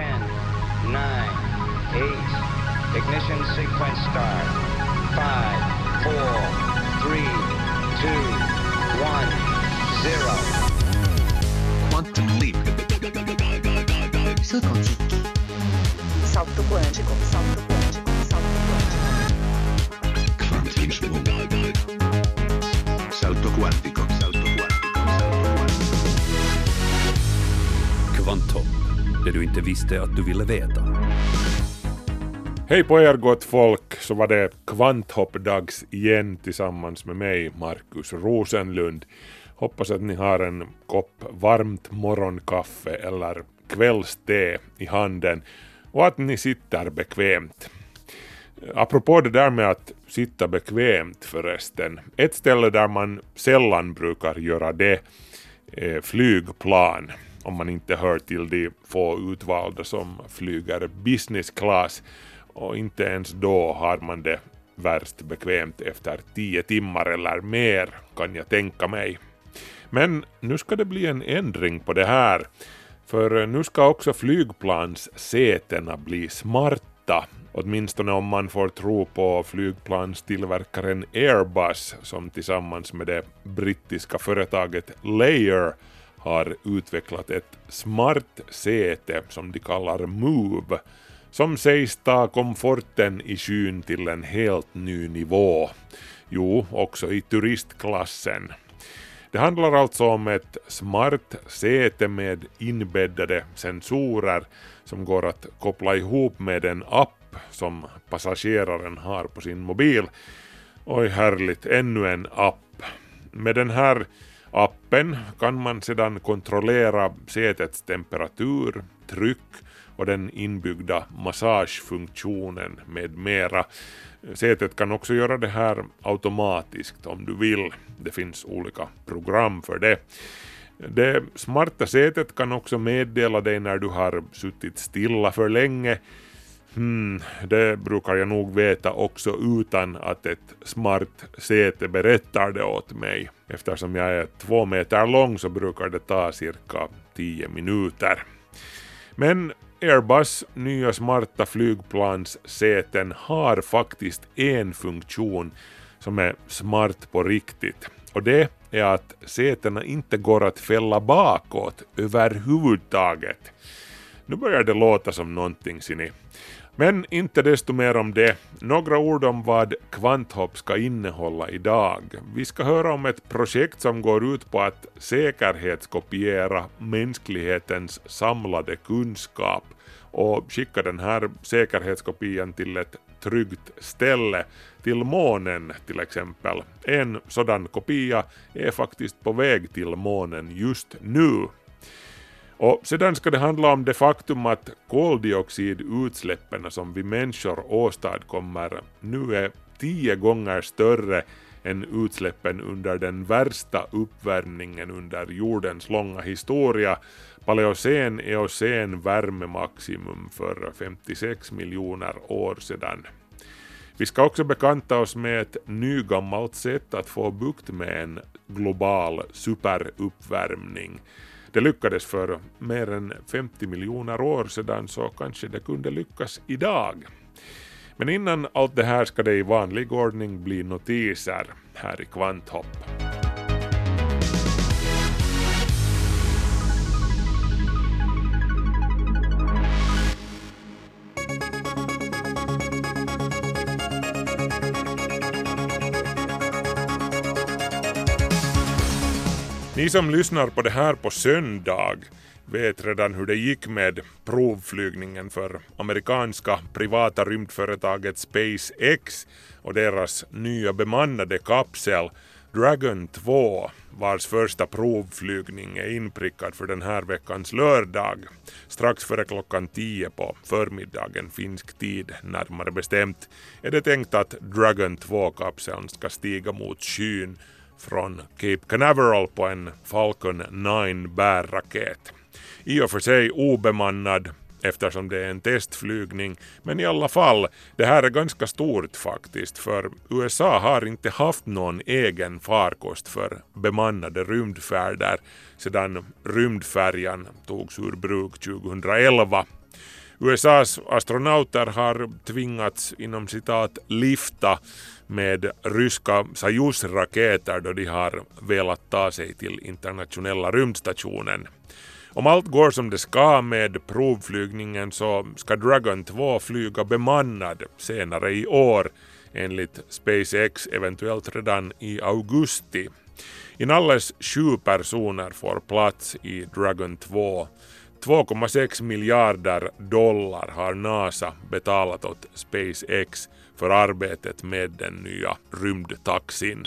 9, 8, ignition sequence start. 5, 4, 3, 2, 1, 0. Quantum leap. Saut quantique. Salto quântico, salto quântico, salto quântico. Kvantinsprung. Salto quantico, salto quantico, salto quantico. Kvanthopp, det du inte visste att du ville veta. Hej på er gott folk, så var det kvanthoppdags igen tillsammans med mig, Markus Rosenlund. Hoppas att ni har en kopp varmt morgonkaffe eller kvällste i handen och att ni sitter bekvämt. Apropå det där med att sitta bekvämt förresten, ett ställe där man sällan brukar göra det är flygplan, om man inte hör till de få utvalda som flyger business class, och inte ens då har man det värst bekvämt efter 10 timmar eller mer, kan jag tänka mig. Men nu ska det bli en ändring på det här, för nu ska också flygplanssätena bli smarta, åtminstone om man får tro på flygplanstillverkaren Airbus, som tillsammans med det brittiska företaget Layer har utvecklat ett smart säte som de kallar Move, som sägs ta komforten i skyn till en helt ny nivå. Jo, också i turistklassen. Det handlar alltså om ett smart säte med inbäddade sensorer som går att koppla ihop med en app som passageraren har på sin mobil. Oj härligt, ännu en app. Med den här appen kan man sedan kontrollera sätets temperatur, tryck och den inbyggda massagefunktionen med mera. Sätet kan också göra det här automatiskt om du vill. Det finns olika program för det. Det smarta sätet kan också meddela dig när du har suttit stilla för länge. Det brukar jag nog veta också utan att ett smart säte berättar det åt mig. Eftersom jag är 2 meter lång så brukar det ta cirka 10 minuter. Men Airbus nya smarta flygplanssäten har faktiskt en funktion som är smart på riktigt. Och det är att sätena inte går att fälla bakåt överhuvudtaget. Nu börjar det låta som någonting, ser ni. Men inte desto mer om det. Några ord om vad Kvanthopp ska innehålla idag. Vi ska höra om ett projekt som går ut på att säkerhetskopiera mänsklighetens samlade kunskap och skicka den här säkerhetskopian till ett tryggt ställe, till månen till exempel. En sådan kopia är faktiskt på väg till månen just nu. Och sedan ska det handla om det faktum att koldioxidutsläppen som vi människor åstadkommer nu är 10 gånger större än utsläppen under den värsta uppvärmningen under jordens långa historia, Paleocen-eocen värmemaximum för 56 miljoner år sedan. Vi ska också bekanta oss med ett nygammalt sätt att få bukt med en global superuppvärmning. Det lyckades för mer än 50 miljoner år sedan, så kanske det kunde lyckas idag. Men innan allt det här ska det i vanlig ordning bli notiser här i Kvanthopp. Ni som lyssnar på det här på söndag vet redan hur det gick med provflygningen för amerikanska privata rymdföretaget SpaceX och deras nya bemannade kapsel Dragon 2, vars första provflygning är inprickad för den här veckans lördag, strax före klockan 10 på förmiddagen finsk tid närmare bestämt, är det tänkt att Dragon 2-kapseln ska stiga mot skyn från Cape Canaveral på en Falcon 9 bärraket. I och för sig obemannad eftersom det är en testflygning, men i alla fall, det här är ganska stort faktiskt, för USA har inte haft någon egen farkost för bemannade rymdfärder sedan rymdfärjan togs ur bruk 2011. USAs astronauter har tvingats inom citat lifta med ryska Sojus-raketer då de har velat ta sig till internationella rymdstationen. Om allt går som det ska med provflygningen så ska Dragon 2 flyga bemannad senare i år, enligt SpaceX eventuellt redan i augusti. Inalles 7 personer får plats i Dragon 2. 2,6 miljarder dollar har NASA betalat åt SpaceX för arbetet med den nya rymdtaxin.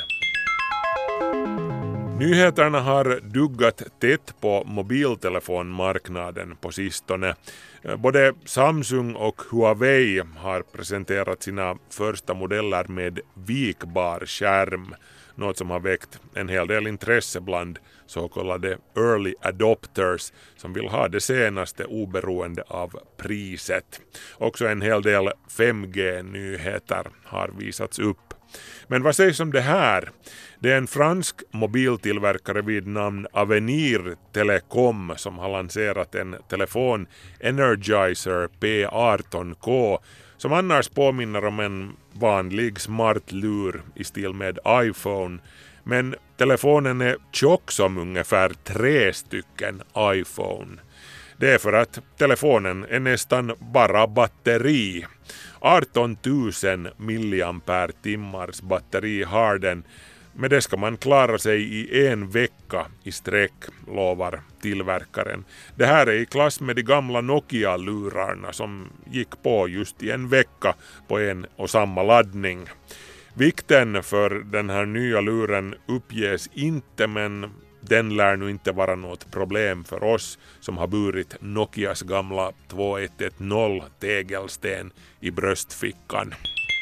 Nyheterna har duggat tätt på mobiltelefonmarknaden på sistone. Både Samsung och Huawei har presenterat sina första modeller med vikbar skärm, något som har väckt en hel del intresse bland så kallade early adopters som vill ha det senaste oberoende av priset. Också en hel del 5G-nyheter har visats upp. Men vad sägs om det här? Det är en fransk mobiltillverkare vid namn Avenir Telecom som har lanserat en telefon Energizer P18K som annars påminner om en vanlig smart lur i stil med iPhone. Men telefonen är tjock som ungefär 3 stycken iPhone. Det är för att telefonen är nästan bara batteri. 18 000 mAh batteri har den. Men det ska man klara sig i 1 vecka i sträck, lovar tillverkaren. Det här är i klass med de gamla Nokia-lurarna som gick på just i 1 vecka på en och samma laddning. Vikten för den här nya luren uppges inte, men den lär nu inte vara något problem för oss som har burit Nokias gamla 2110 tegelsten i bröstfickan.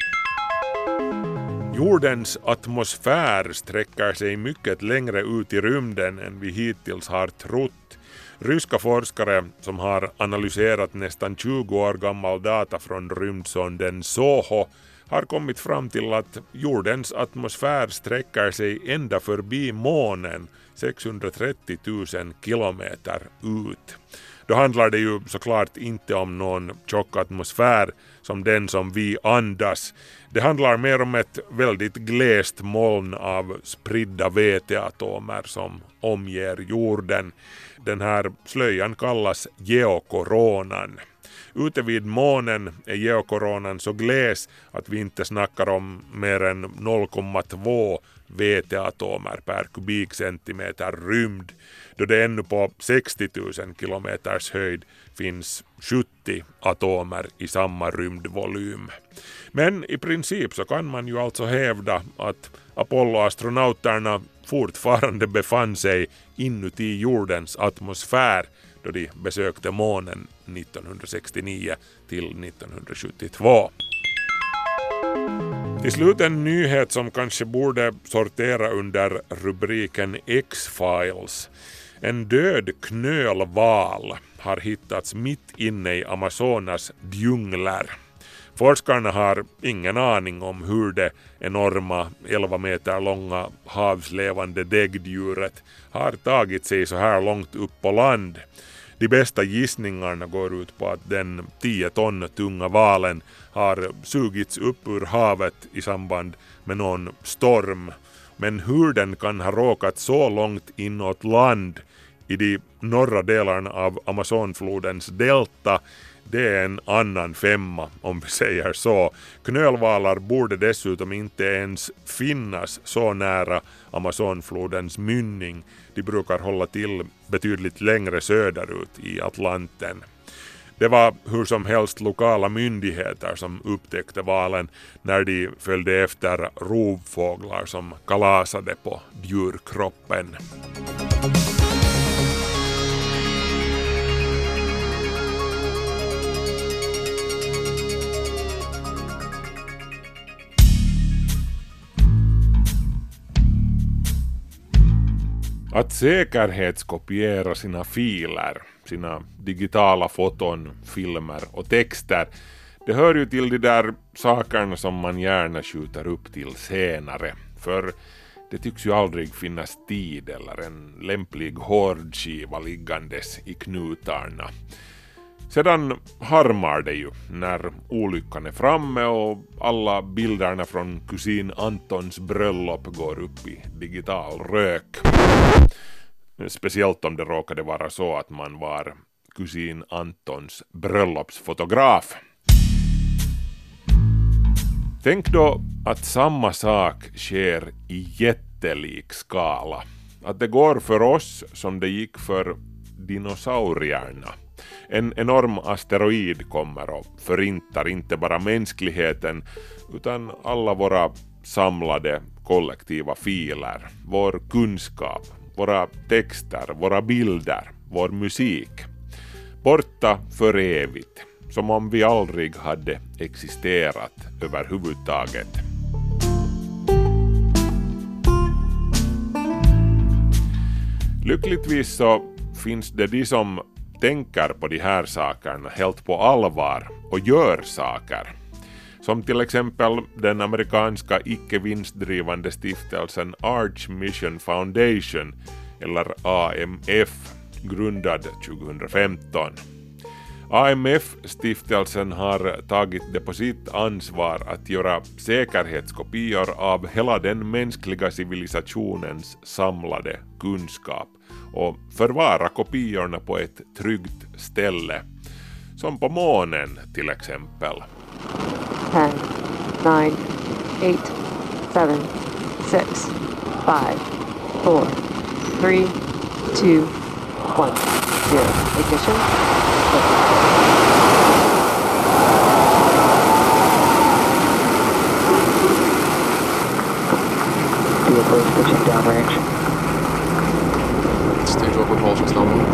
Jordens atmosfär sträcker sig mycket längre ut i rymden än vi hittills har trott. Ryska forskare som har analyserat nästan 20 år gammal data från rymdsonden Soho har kommit fram till att jordens atmosfär sträcker sig ända förbi månen 630 000 kilometer ut. Då handlar det ju såklart inte om någon tjock atmosfär som den som vi andas. Det handlar mer om ett väldigt glest moln av spridda väteatomer som omger jorden. Den här slöjan kallas geokoronan. Ute vid månen är geokoronan så gles att vi inte snackar om mer än 0,2 väteatomer per kubikcentimeter rymd, då det ännu på 60 000 kilometers höjd finns 70 atomer i samma rymdvolym. Men i princip så kan man ju alltså hävda att Apollo-astronauterna fortfarande befann sig inuti jordens atmosfär då de besökte månen 1969 till 1972. Till slut en nyhet som kanske borde sortera under rubriken X-Files. En död knölval har hittats mitt inne i Amazonas djungler. Forskarna har ingen aning om hur det enorma 11 meter långa havslevande däggdjuret har tagit sig så här långt upp på land. De bästa gissningarna går ut på att den 10 ton tunga valen har sugits upp ur havet i samband med någon storm. Men hur den kan ha råkat så långt inåt land i de norra delarna av Amazonflodens delta, det är en annan femma om vi säger så. Knölvalar borde dessutom inte ens finnas så nära Amazonflodens mynning. De brukar hålla till betydligt längre söderut i Atlanten. Det var hur som helst lokala myndigheter som upptäckte valen när de följde efter rovfåglar som kalasade på djurkroppen. Att säkerhetskopiera sina filer, sina digitala foton, filmer och texter, det hör ju till de där sakerna som man gärna skjuter upp till senare. För det tycks ju aldrig finnas tid eller en lämplig hårdskiva liggandes i knutarna. Sedan harmar det ju när olyckan är framme och alla bilderna från kusin Antons bröllop går upp i digital rök. Speciellt om det råkade vara så att man var kusin Antons bröllopsfotograf. Tänk då att samma sak sker i jättelik skala. Att det går för oss som det gick för dinosaurierna. En enorm asteroid kommer och förintar inte bara mänskligheten utan alla våra samlade kollektiva filer, vår kunskap, våra texter, våra bilder, vår musik. Borta för evigt, som om vi aldrig hade existerat överhuvudtaget. Lyckligtvis så finns det de som tänker på de här sakerna helt på allvar och gör saker. Som till exempel den amerikanska icke-vinstdrivande stiftelsen Arch Mission Foundation, eller AMF, grundad 2015. AMF-stiftelsen har tagit det på sitt ansvar att göra säkerhetskopior av hela den mänskliga civilisationens samlade kunskap och förvara kopiorna på ett tryggt ställe, som på månen till exempel. 10, 9, 8, 7, 6, 5, 4, 3, 2, 1, 0. Ignition. Vehicle is pitching downrange. Stage over propulsion's nominal.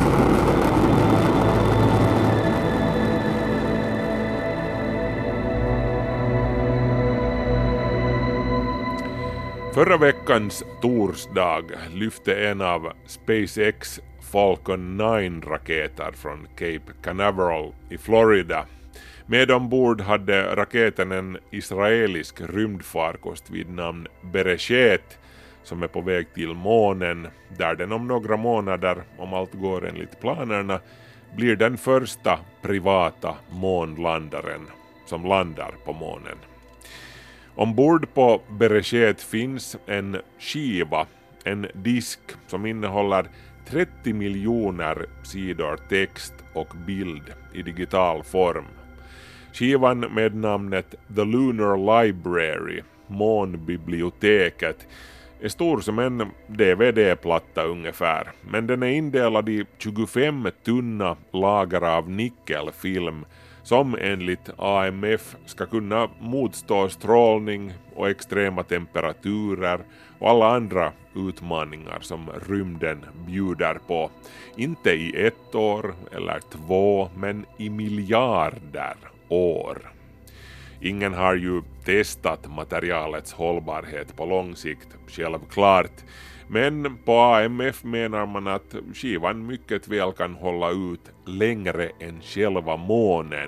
Förra veckans torsdag lyfte en av SpaceX Falcon 9-raketer från Cape Canaveral i Florida. Med ombord hade raketen en israelisk rymdfarkost vid namn Bereshet som är på väg till månen, där den om några månader, om allt går enligt planerna, blir den första privata månlandaren som landar på månen. Ombord på Bereshet finns en skiva, en disk som innehåller 30 miljoner sidor text och bild i digital form. Skivan med namnet The Lunar Library, månbiblioteket, är stor som en DVD-platta ungefär, men den är indelad i 25 tunna lager av nickelfilm som enligt AMF ska kunna motstå strålning och extrema temperaturer och alla andra utmaningar som rymden bjuder på. Inte i 1 år eller 2, men i miljarder år. Ingen har ju testat materialets hållbarhet på lång sikt, självklart. Men på AMF menar man att skivan mycket väl kan hålla ut längre än själva månen.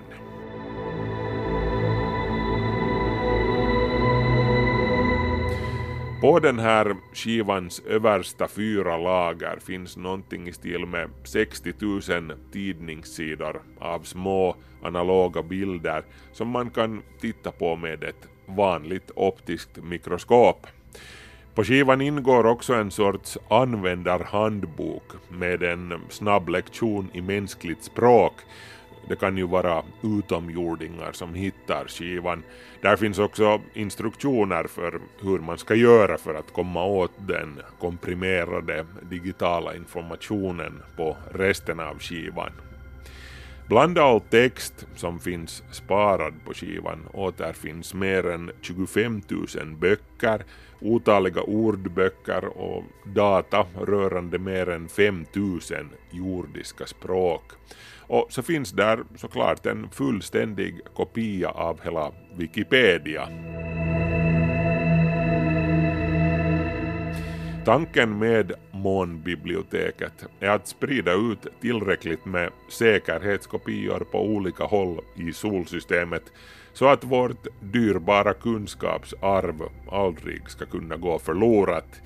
På den här skivans översta 4 lager finns någonting i stil med 60 000 tidningssidor av små analoga bilder som man kan titta på med ett vanligt optiskt mikroskop. På skivan ingår också en sorts användarhandbok med en snabb lektion i mänskligt språk. Det kan ju vara utomjordingar som hittar skivan. Där finns också instruktioner för hur man ska göra för att komma åt den komprimerade digitala informationen på resten av skivan. Bland all text som finns sparad på skivan återfinns mer än 25 000 böcker, otaliga ordböcker och data rörande mer än 5 000 jordiska språk. Och så finns där såklart en fullständig kopia av hela Wikipedia. Tanken med månbiblioteket är att sprida ut tillräckligt med säkerhetskopior på olika håll i solsystemet så att vårt dyrbara kunskapsarv aldrig ska kunna gå förlorat.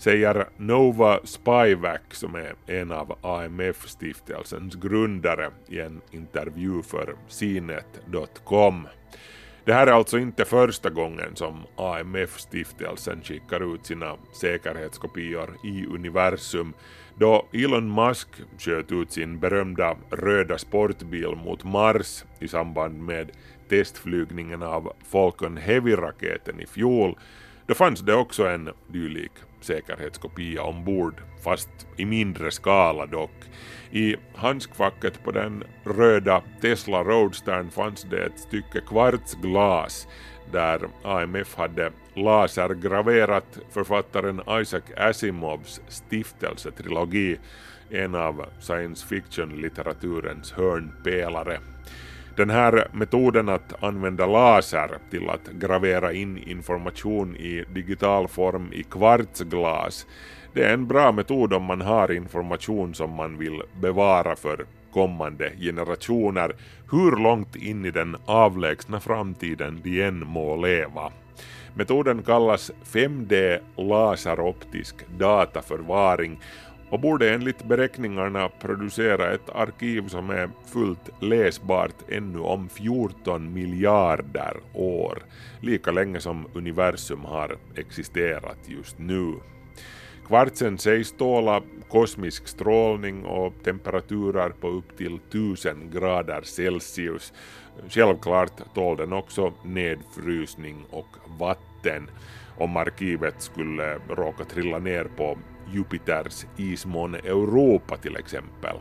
säger Nova Spivak, som är en av AMF-stiftelsens grundare, i en intervju för CNET.com. Det här är alltså inte första gången som AMF-stiftelsen skickar ut sina säkerhetskopior i universum. Då Elon Musk sköt ut sin berömda röda sportbil mot Mars i samband med testflygningen av Falcon Heavy-raketen i fjol, då fanns det också en dylik säkerhetskopia ombord, fast i mindre skala dock. I handskfacket på den röda Tesla Roadstern fanns det ett stycke kvartsglas där AMF hade lasergraverat författaren Isaac Asimovs stiftelsetrilogi, en av science fiction-litteraturens hörnpelare. Den här metoden att använda laser till att gravera in information i digital form i kvartsglas, det är en bra metod om man har information som man vill bevara för kommande generationer, hur långt in i den avlägsna framtiden de än må leva. Metoden kallas 5D laseroptisk dataförvaring och borde enligt beräkningarna producera ett arkiv som är fullt läsbart ännu om 14 miljarder år, lika länge som universum har existerat just nu. Kvartsen sägs tåla kosmisk strålning och temperaturer på upp till 1000 grader Celsius. Självklart tål den också nedfrysning och vatten om arkivet skulle råka trilla ner på Jupiters ismåne Europa till exempel.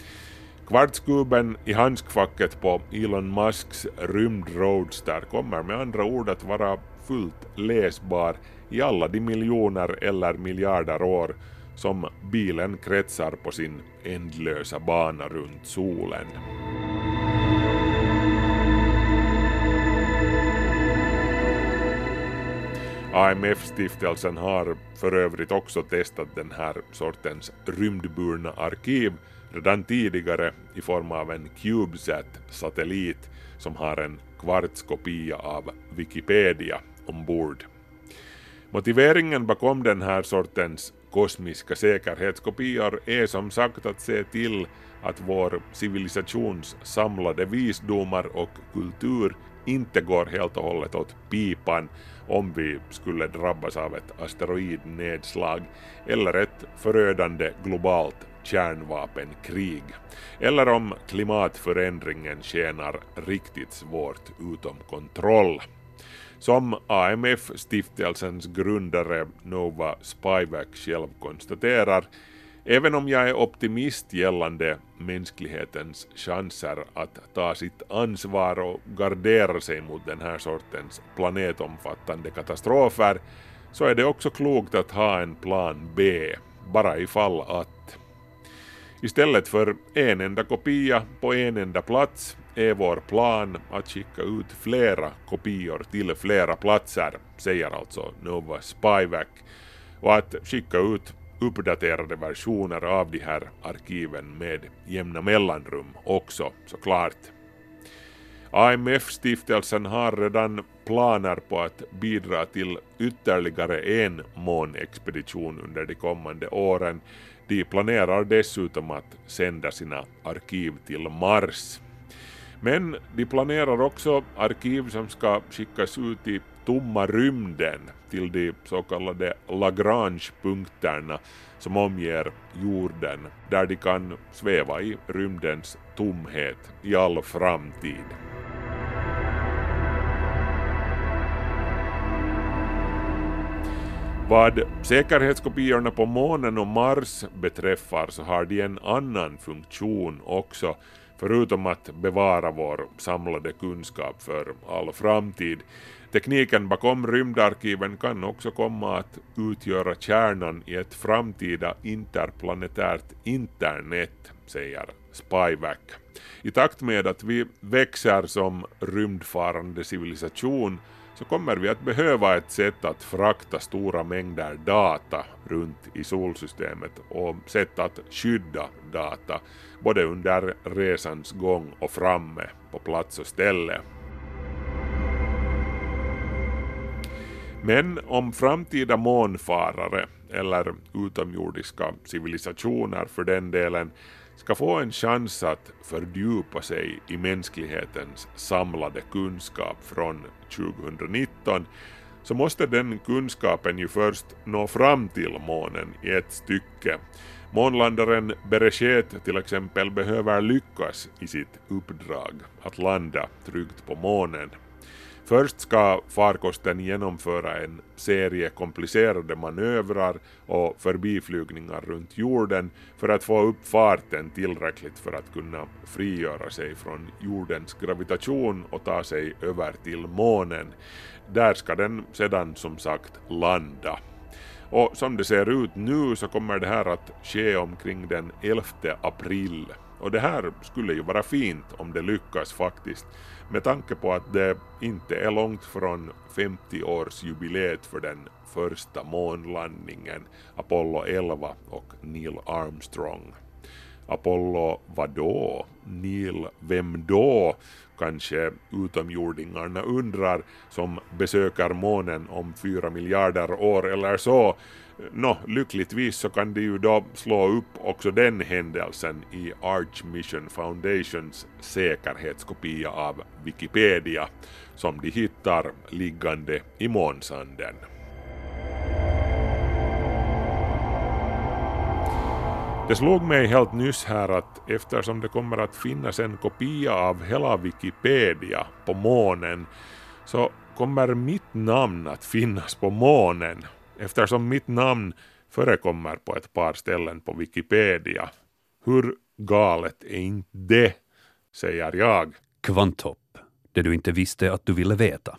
Kvartskuben i handskfacket på Elon Musks rymdroadster kommer med andra ord att vara fullt läsbar i alla de miljoner eller miljarder år som bilen kretsar på sin ändlösa bana runt solen. AMF-stiftelsen har för övrigt också testat den här sortens rymdburna arkiv redan tidigare i form av en CubeSat-satellit som har en kvartskopia av Wikipedia ombord. Motiveringen bakom den här sortens kosmiska säkerhetskopior är som sagt att se till att vår civilisations samlade visdomar och kultur inte går helt och hållet åt pipan om vi skulle drabbas av ett asteroidnedslag eller ett förödande globalt kärnvapenkrig, eller om klimatförändringen tjänar riktigt svårt utom kontroll. Som AMF-stiftelsens grundare Nova Spivak själv konstaterar, även om jag är optimist gällande mänsklighetens chanser att ta sitt ansvar och gardera sig mot den här sortens planetomfattande katastrofer, så är det också klokt att ha en plan B, bara ifall att. Istället för en enda kopia på en enda plats är vår plan att skicka ut flera kopior till flera platser, säger alltså Nova Spivak, och att skicka ut uppdaterade versioner av de här arkiven med jämna mellanrum också, såklart. AMF-stiftelsen har redan planer på att bidra till ytterligare en månexpedition under de kommande åren. De planerar dessutom att sända sina arkiv till Mars. Men de planerar också arkiv som ska skickas ut i tomma rymden till de så kallade Lagrange-punkterna som omger jorden, där de kan sväva i rymdens tomhet i all framtid. Vad säkerhetskopiorna på månen och Mars beträffar så har de en annan funktion också, förutom att bevara vår samlade kunskap för all framtid. Tekniken bakom rymdarkiven kan också komma att utgöra kärnan i ett framtida interplanetärt internet, säger Spivak. I takt med att vi växer som rymdfarande civilisation så kommer vi att behöva ett sätt att frakta stora mängder data runt i solsystemet och sätt att skydda data både under resans gång och framme på plats och ställe. Men om framtida månfarare eller utomjordiska civilisationer för den delen, ska få en chans att fördjupa sig i mänsklighetens samlade kunskap från 2019, så måste den kunskapen ju först nå fram till månen i ett stycke. Månlandaren Bereshet till exempel behöver lyckas i sitt uppdrag att landa tryggt på månen. Först ska farkosten genomföra en serie komplicerade manövrar och förbiflygningar runt jorden för att få upp farten tillräckligt för att kunna frigöra sig från jordens gravitation och ta sig över till månen. Där ska den sedan som sagt landa. Och som det ser ut nu så kommer det här att ske omkring den 11 april. Och det här skulle ju vara fint om det lyckas faktiskt, med tanke på att det inte är långt från 50-årsjubileet för den första månlandningen, Apollo 11 och Neil Armstrong. Apollo vadå? Neil vem då? Kanske utomjordingarna undrar, som besöker månen om 4 miljarder år eller så. Lyckligtvis så kan de ju då slå upp också den händelsen i Arch Mission Foundations säkerhetskopia av Wikipedia, som de hittar liggande i månsanden. Det slog mig helt nyss här att eftersom det kommer att finnas en kopia av hela Wikipedia på månen, så kommer mitt namn att finnas på månen, eftersom mitt namn förekommer på ett par ställen på Wikipedia. Hur galet är inte det, säger jag. Kvanthopp, det du inte visste att du ville veta.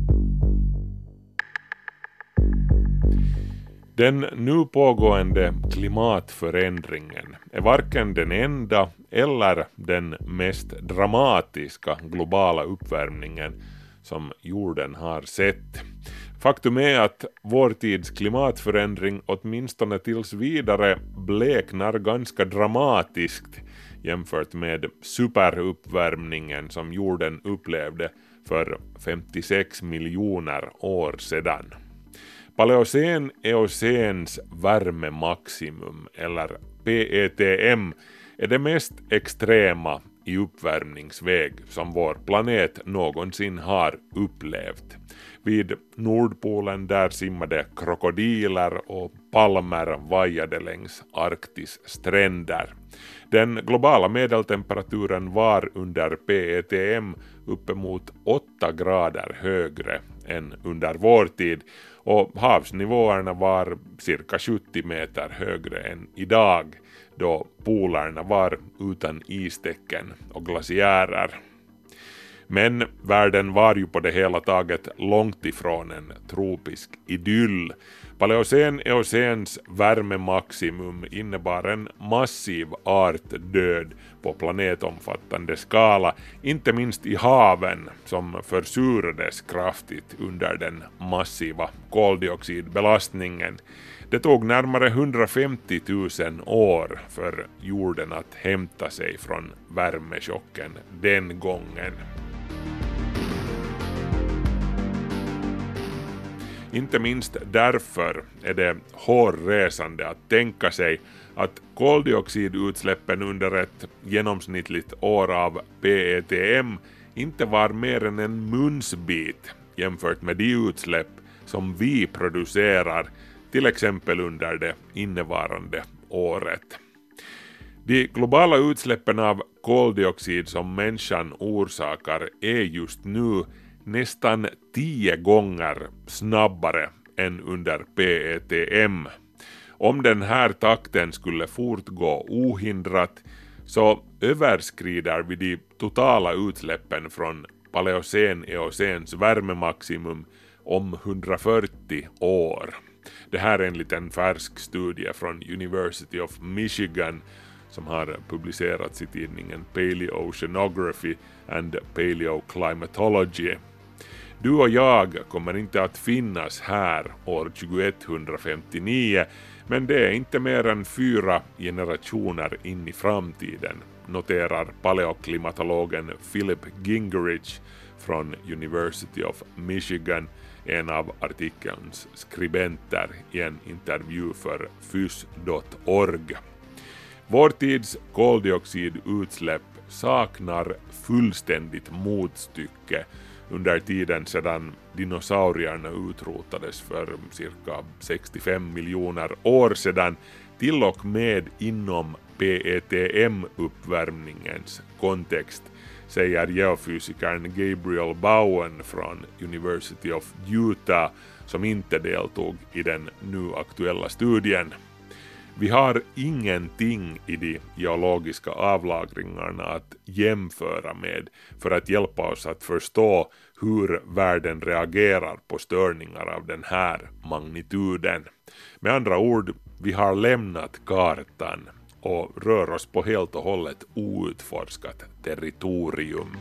Den nu pågående klimatförändringen är varken den enda eller den mest dramatiska globala uppvärmningen som jorden har sett. Faktum är att vår tids klimatförändring åtminstone tills vidare bleknar ganska dramatiskt jämfört med superuppvärmningen som jorden upplevde för 56 miljoner år sedan. Paleocen-eocens värmemaximum, eller PETM, är det mest extrema i uppvärmningsväg som vår planet någonsin har upplevt. Vid Nordpolen där simmade krokodiler och palmer vajade längs Arktis stränder. Den globala medeltemperaturen var under PETM uppemot 8 grader högre än under vår tid, och havsnivåerna var cirka 70 meter högre än idag, då polerna var utan istecken och glaciärer. Men världen var ju på det hela taget långt ifrån en tropisk idyll. Paleocen-eocens värmemaximum innebar en massiv artdöd på planetomfattande skala, inte minst i haven som försurades kraftigt under den massiva koldioxidbelastningen. Det tog närmare 150 000 år för jorden att hämta sig från värmechocken den gången. Inte minst därför är det hårresande att tänka sig att koldioxidutsläppen under ett genomsnittligt år av PETM inte var mer än en munsbit jämfört med de utsläpp som vi producerar, till exempel under det innevarande året. De globala utsläppen av koldioxid som människan orsakar är just nu nästan 10 gånger snabbare än under PETM. Om den här takten skulle fortgå ohindrat så överskrider vi de totala utsläppen från Paleocen-eocens värmemaximum om 140 år. Det här är enligt en färsk studie från University of Michigan som har publicerats i tidningen Paleoceanography and Paleoclimatology. Du och jag kommer inte att finnas här år 2159, men det är inte mer än 4 generationer in i framtiden. noterar paleoklimatologen Philip Gingerich från University of Michigan, en av artikelns skribenter, i en intervju för fys.org. Vår tids koldioxidutsläpp saknar fullständigt motstycke under tiden sedan dinosaurierna utrotades för cirka 65 miljoner år sedan, till och med inom PETM-uppvärmningens kontext, säger geofysikern Gabriel Bowen från University of Utah, som inte deltog i den nu aktuella studien. Vi har ingenting i de geologiska avlagringarna att jämföra med för att hjälpa oss att förstå hur världen reagerar på störningar av den här magnituden. Med andra ord, vi har lämnat kartan och rör oss på helt och hållet outforskat territorium.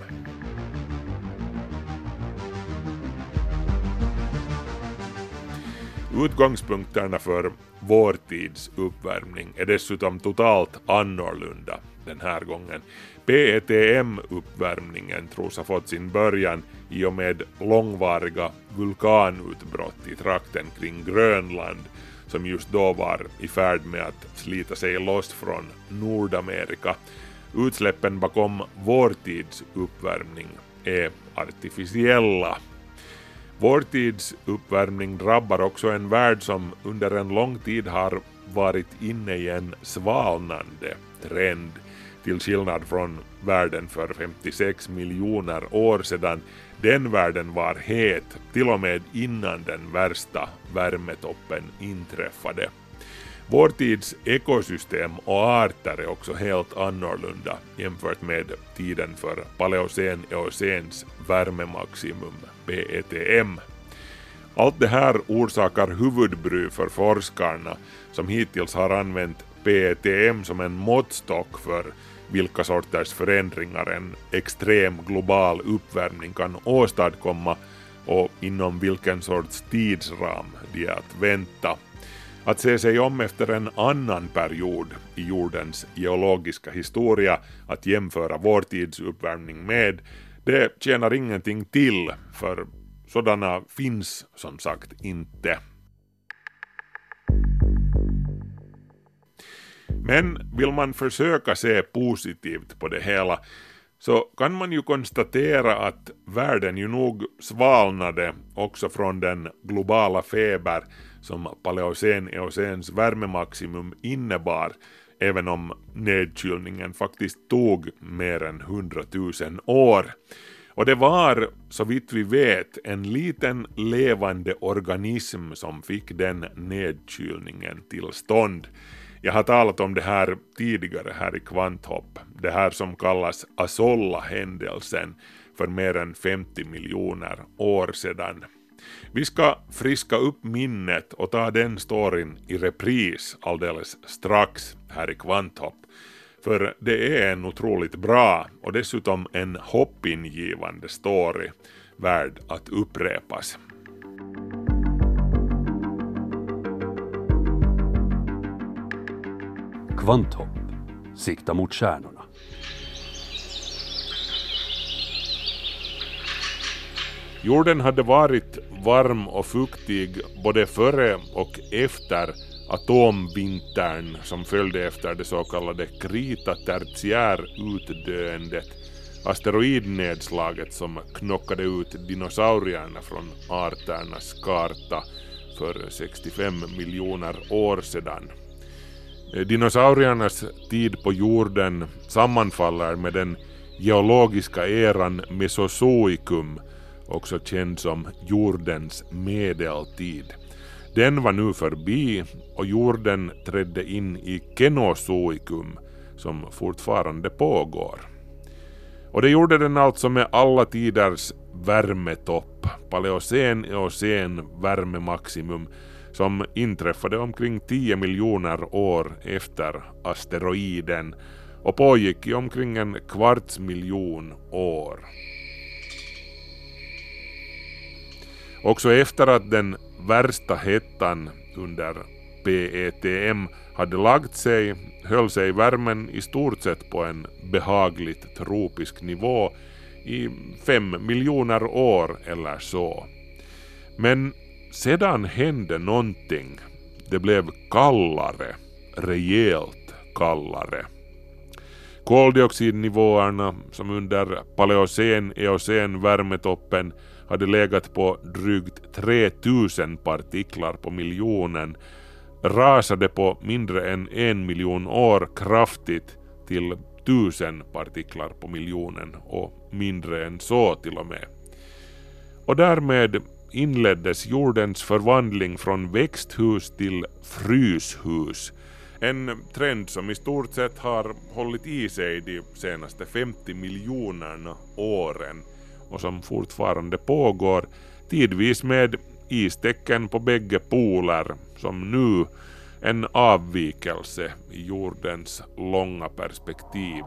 Utgångspunkterna för vår tids uppvärmning är dessutom totalt annorlunda den här gången. PETM-uppvärmningen tros ha fått sin början i och med långvariga vulkanutbrott i trakten kring Grönland, som just då var i färd med att slita sig loss från Nordamerika. Utsläppen bakom vår tids uppvärmning är artificiella. Vår tids uppvärmning drabbar också en värld som under en lång tid har varit inne i en svalnande trend, till skillnad från världen för 56 miljoner år sedan. Den världen var het till och med innan den värsta värmetoppen inträffade. Vår tids ekosystem och arter är också helt annorlunda jämfört med tiden för paleocen-eocens värmemaximum, PETM. Allt det här orsakar huvudbry för forskarna, som hittills har använt PETM som en måttstock för vilka sorters förändringar en extrem global uppvärmning kan åstadkomma och inom vilken sorts tidsram de är att vänta. Att se sig om efter en annan period i jordens geologiska historia att jämföra vår tids uppvärmning med, det tjänar ingenting till, för sådana finns som sagt inte. Men vill man försöka se positivt på det hela, så kan man ju konstatera att världen ju nog svalnade också från den globala feber som paleocen-eocens värmemaximum innebar, även om nedkylningen faktiskt tog mer än 100 000 år. Och det var, så vitt vi vet, en liten levande organism som fick den nedkylningen till stånd. Jag har talat om det här tidigare här i Kvanthopp, det här som kallas Asolla-händelsen för mer än 50 miljoner år sedan. Vi ska friska upp minnet och ta den storyn i repris alldeles strax här i Kvanthopp, för det är en otroligt bra och dessutom en hoppingivande story värd att upprepas. Kvanthopp. Sikta mot stjärnorna. Jorden hade varit varm och fuktig både före och efter atomvintern som följde efter det så kallade Krita-tertiärutdöendet, asteroidnedslaget som knockade ut dinosaurierna från arternas karta för 65 miljoner år sedan. Dinosauriernas tid på jorden sammanfaller med den geologiska eran Mesozoikum, också känd som jordens medeltid. Den var nu förbi och jorden trädde in i Kenozoikum som fortfarande pågår. Och det gjorde den alltså med alla tiders värmetopp, paleocen-eocen värmemaximum, som inträffade omkring 10 miljoner år efter asteroiden och pågick i omkring 250 000 år. Också efter att den värsta hettan under PETM hade lagt sig höll sig värmen i stort sett på en behagligt tropisk nivå i 5 miljoner år eller så. Men sedan hände någonting. Det blev kallare, rejält kallare. Koldioxidnivåerna som under paleocen-eocen värmetoppen hade legat på drygt 3000 partiklar på miljonen rasade på mindre än 1 miljon år kraftigt till 1000 partiklar på miljonen och mindre än så till och med. Och därmed inleddes jordens förvandling från växthus till fryshus. En trend som i stort sett har hållit i sig de senaste 50 miljonerna åren och som fortfarande pågår, tidvis med istecken på bägge poler som nu en avvikelse i jordens långa perspektiv.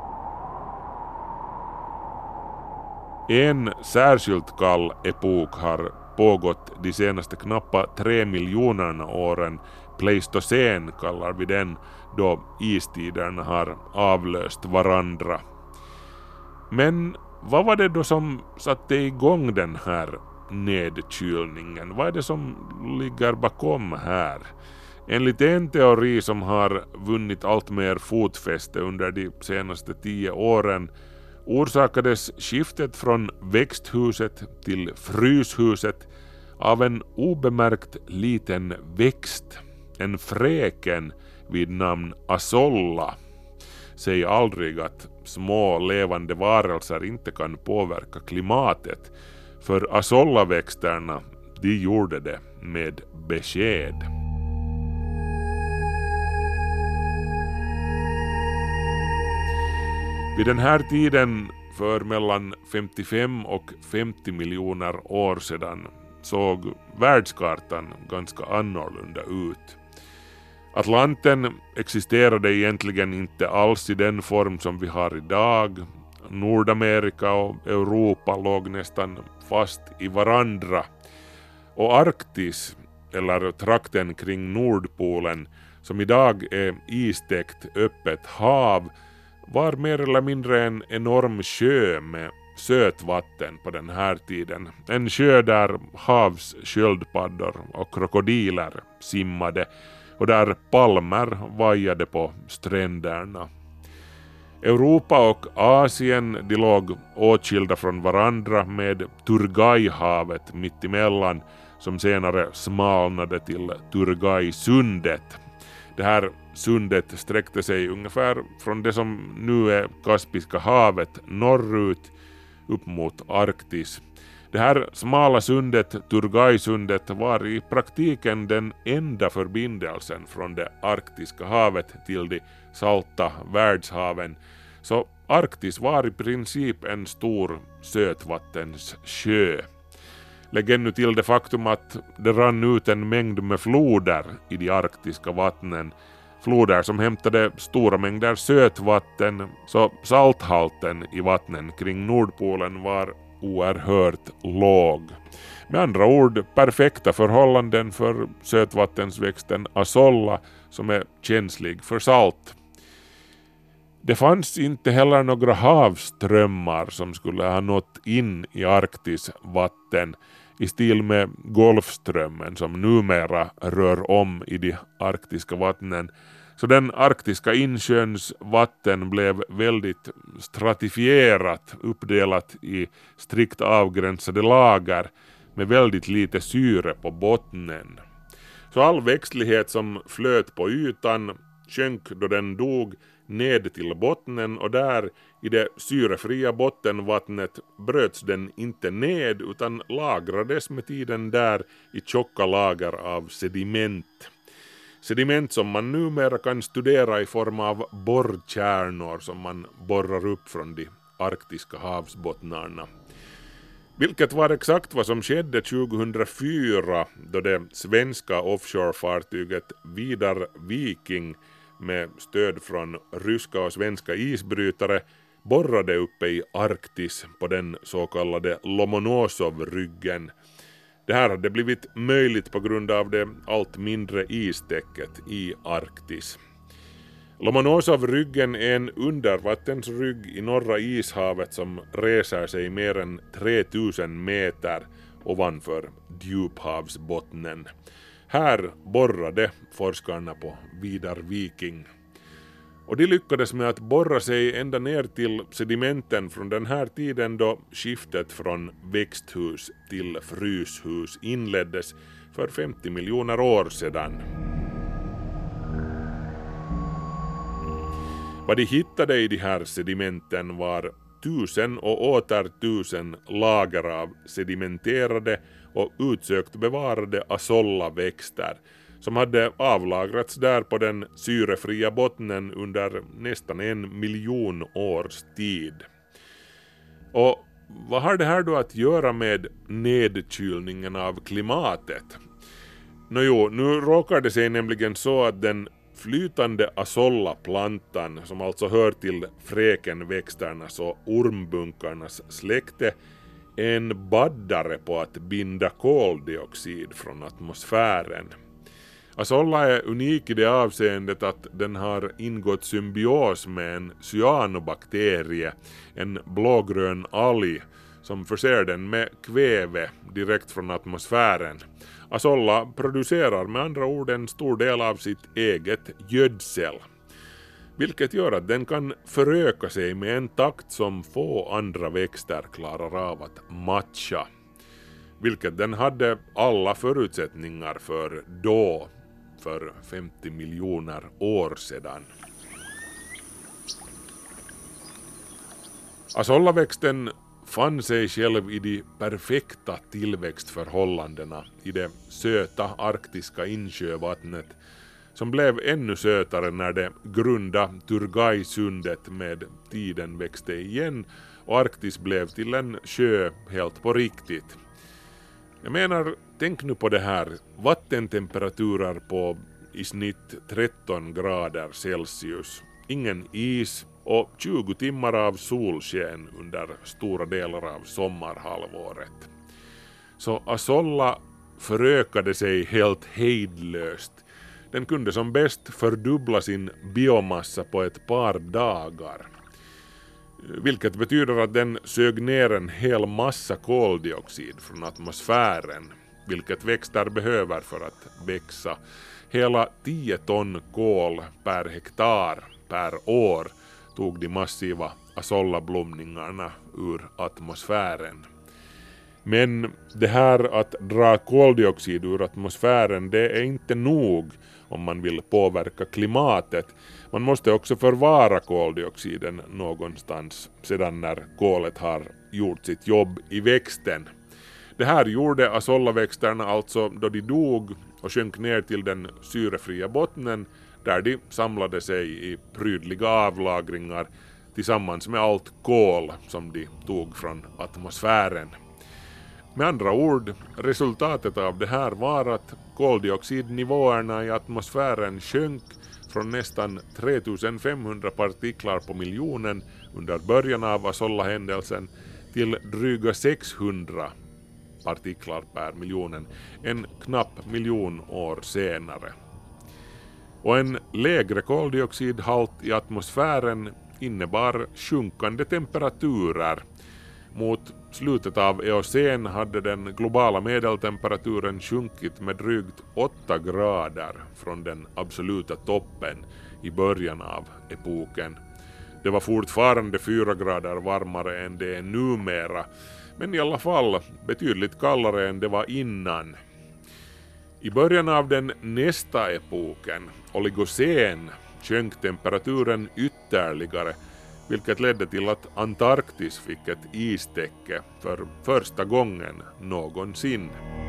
En särskilt kall epok har pågått de senaste knappa 3 miljonerna åren. Pleistocen kallar vi den, då istiderna har avlöst varandra. Men vad var det då som satte igång den här nedkylningen? Vad är det som ligger bakom här? Enligt en teori som har vunnit allt mer fotfäste under de senaste 10 åren orsakades skiftet från växthuset till fryshuset av en obemärkt liten växt, en fräken vid namn Azolla. Säg aldrig att små levande varelser inte kan påverka klimatet, för Azolla-växterna, de gjorde det med besked. Vid den här tiden för mellan 55 och 50 miljoner år sedan såg världskartan ganska annorlunda ut. Atlanten existerade egentligen inte alls i den form som vi har idag. Nordamerika och Europa låg nästan fast i varandra. Och Arktis, eller trakten kring Nordpolen, som idag är istäckt öppet hav, var mer eller mindre en enorm sjö med sötvatten på den här tiden. En sjö där havssköldpaddor och krokodiler simmade och där palmer vajade på stränderna. Europa och Asien, de låg åtskilda från varandra med Turgai-havet mittemellan, som senare smalnade till Turgai-sundet. Det här sundet sträckte sig ungefär från det som nu är Kaspiska havet norrut upp mot Arktis. Det här smala sundet, Turgai-sundet, var i praktiken den enda förbindelsen från det arktiska havet till de salta världshaven. Så Arktis var i princip en stor sötvattenssjö. Lägg ännu till det faktum att det rann ut en mängd med floder i de arktiska vattnen. Floder som hämtade stora mängder sötvatten, så salthalten i vattnen kring Nordpolen var oerhört låg. Med andra ord perfekta förhållanden för sötvattensväxten Azolla som är känslig för salt. Det fanns inte heller några havsströmmar som skulle ha nått in i Arktis vatten i stil med Golfströmmen som numera rör om i de arktiska vattnen. Så den arktiska insjöns vatten blev väldigt stratifierat, uppdelat i strikt avgränsade lager med väldigt lite syre på bottnen. Så all växtlighet som flöt på ytan sjönk då den dog ned till bottnen, och där i det syrefria bottenvattnet bröts den inte ned utan lagrades med tiden där i tjocka lager av sediment. Sediment som man numera kan studera i form av borrkärnor som man borrar upp från de arktiska havsbottnarna. Vilket var exakt vad som skedde 2004 då det svenska offshorefartyget Vidar Viking med stöd från ryska och svenska isbrytare borrade uppe i Arktis på den så kallade Lomonosov-ryggen. Det här hade blivit möjligt på grund av det allt mindre istäcket i Arktis. Lomonosov-ryggen är en undervattensrygg i norra ishavet som reser sig mer än 3000 meter ovanför djuphavsbottnen. Här borrade forskarna på Vidar Viking. Och de lyckades med att borra sig ända ner till sedimenten från den här tiden då skiftet från växthus till fryshus inleddes för 50 miljoner år sedan. Vad de hittade i de här sedimenten var 1000 och åter 1000 lager av sedimenterade och utsökt bevarade azolla-växter som hade avlagrats där på den syrefria bottnen under nästan 1 miljon års tid. Och vad har det här då att göra med nedkylningen av klimatet? Nu råkar det sig nämligen så att den flytande azolla-plantan, som alltså hör till fräkenväxternas och ormbunkarnas släkte, är en baddare på att binda koldioxid från atmosfären. Azolla är unik i det avseendet att den har ingått symbios med en cyanobakterie, en blågrön alg som förser den med kväve direkt från atmosfären. Azolla producerar med andra ord en stor del av sitt eget gödsel, vilket gör att den kan föröka sig med en takt som få andra växter klarar av att matcha, vilket den hade alla förutsättningar för då, för 50 miljoner år sedan. Azollaväxten fann sig själv i de perfekta tillväxtförhållandena i det söta arktiska insjövattnet som blev ännu sötare när det grunda Turgai-sundet med tiden växte igen och Arktis blev till en sjö helt på riktigt. Jag menar, tänk nu på det här, vattentemperaturer på i snitt 13 grader Celsius, ingen is och 20 timmar av solsken under stora delar av sommarhalvåret. Så Azolla förökade sig helt hejdlöst. Den kunde som bäst fördubbla sin biomassa på ett par dagar. Vilket betyder att den sög ner en hel massa koldioxid från atmosfären, vilket växter behöver för att växa. Hela 10 ton kol per hektar per år tog de massiva azollablomningarna ur atmosfären. Men det här att dra koldioxid ur atmosfären, det är inte nog om man vill påverka klimatet. Man måste också förvara koldioxiden någonstans sedan när kolet har gjort sitt jobb i växten. Det här gjorde azollaväxterna alltså då de dog och sjönk ner till den syrefria bottnen där de samlade sig i prydliga avlagringar tillsammans med allt kol som de tog från atmosfären. Med andra ord, resultatet av det här var att koldioxidnivåerna i atmosfären sjönk från nästan 3500 partiklar på miljonen under början av Azolla-händelsen till dryga 600 partiklar per miljonen, en knapp miljon år senare. Och en lägre koldioxidhalt i atmosfären innebar sjunkande temperaturer. Mot slutet av eocen hade den globala medeltemperaturen sjunkit med drygt 8 grader från den absoluta toppen i början av epoken. Det var fortfarande 4 grader varmare än det är numera, men i alla fall betydligt kallare än det var innan. I början av den nästa epoken, oligocen, sjönk temperaturen ytterligare, vilket ledde till att Antarktis fick ett istäcke för första gången någonsin.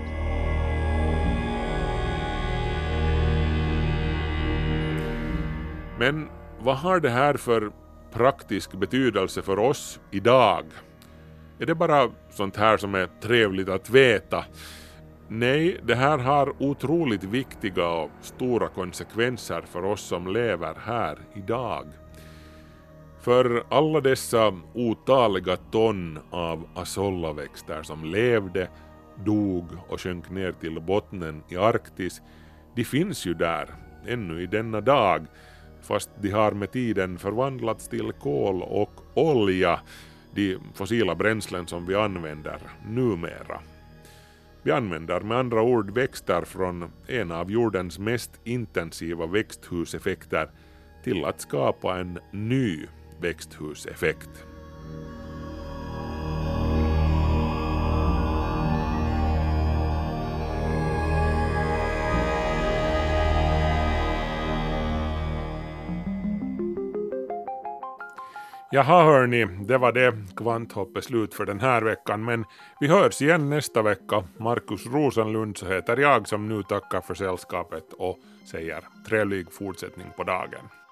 Men vad har det här för praktisk betydelse för oss idag? Är det bara sånt här som är trevligt att veta? Nej, det här har otroligt viktiga och stora konsekvenser för oss som lever här idag. För alla dessa otaliga ton av azollaväxter som levde, dog och sjönk ner till bottnen i Arktis, de finns ju där ännu i denna dag, fast de har med tiden förvandlats till kol och olja, de fossila bränslen som vi använder numera. Vi använder med andra ord växter från en av jordens mest intensiva växthuseffekter till att skapa en ny växthuseffekt. Jaha hörni, det var det. Kvanthopp är slut för den här veckan, men vi hörs igen nästa vecka. Markus Rosenlund så heter jag, som nu tackar för sällskapet och säger trevlig fortsättning på dagen.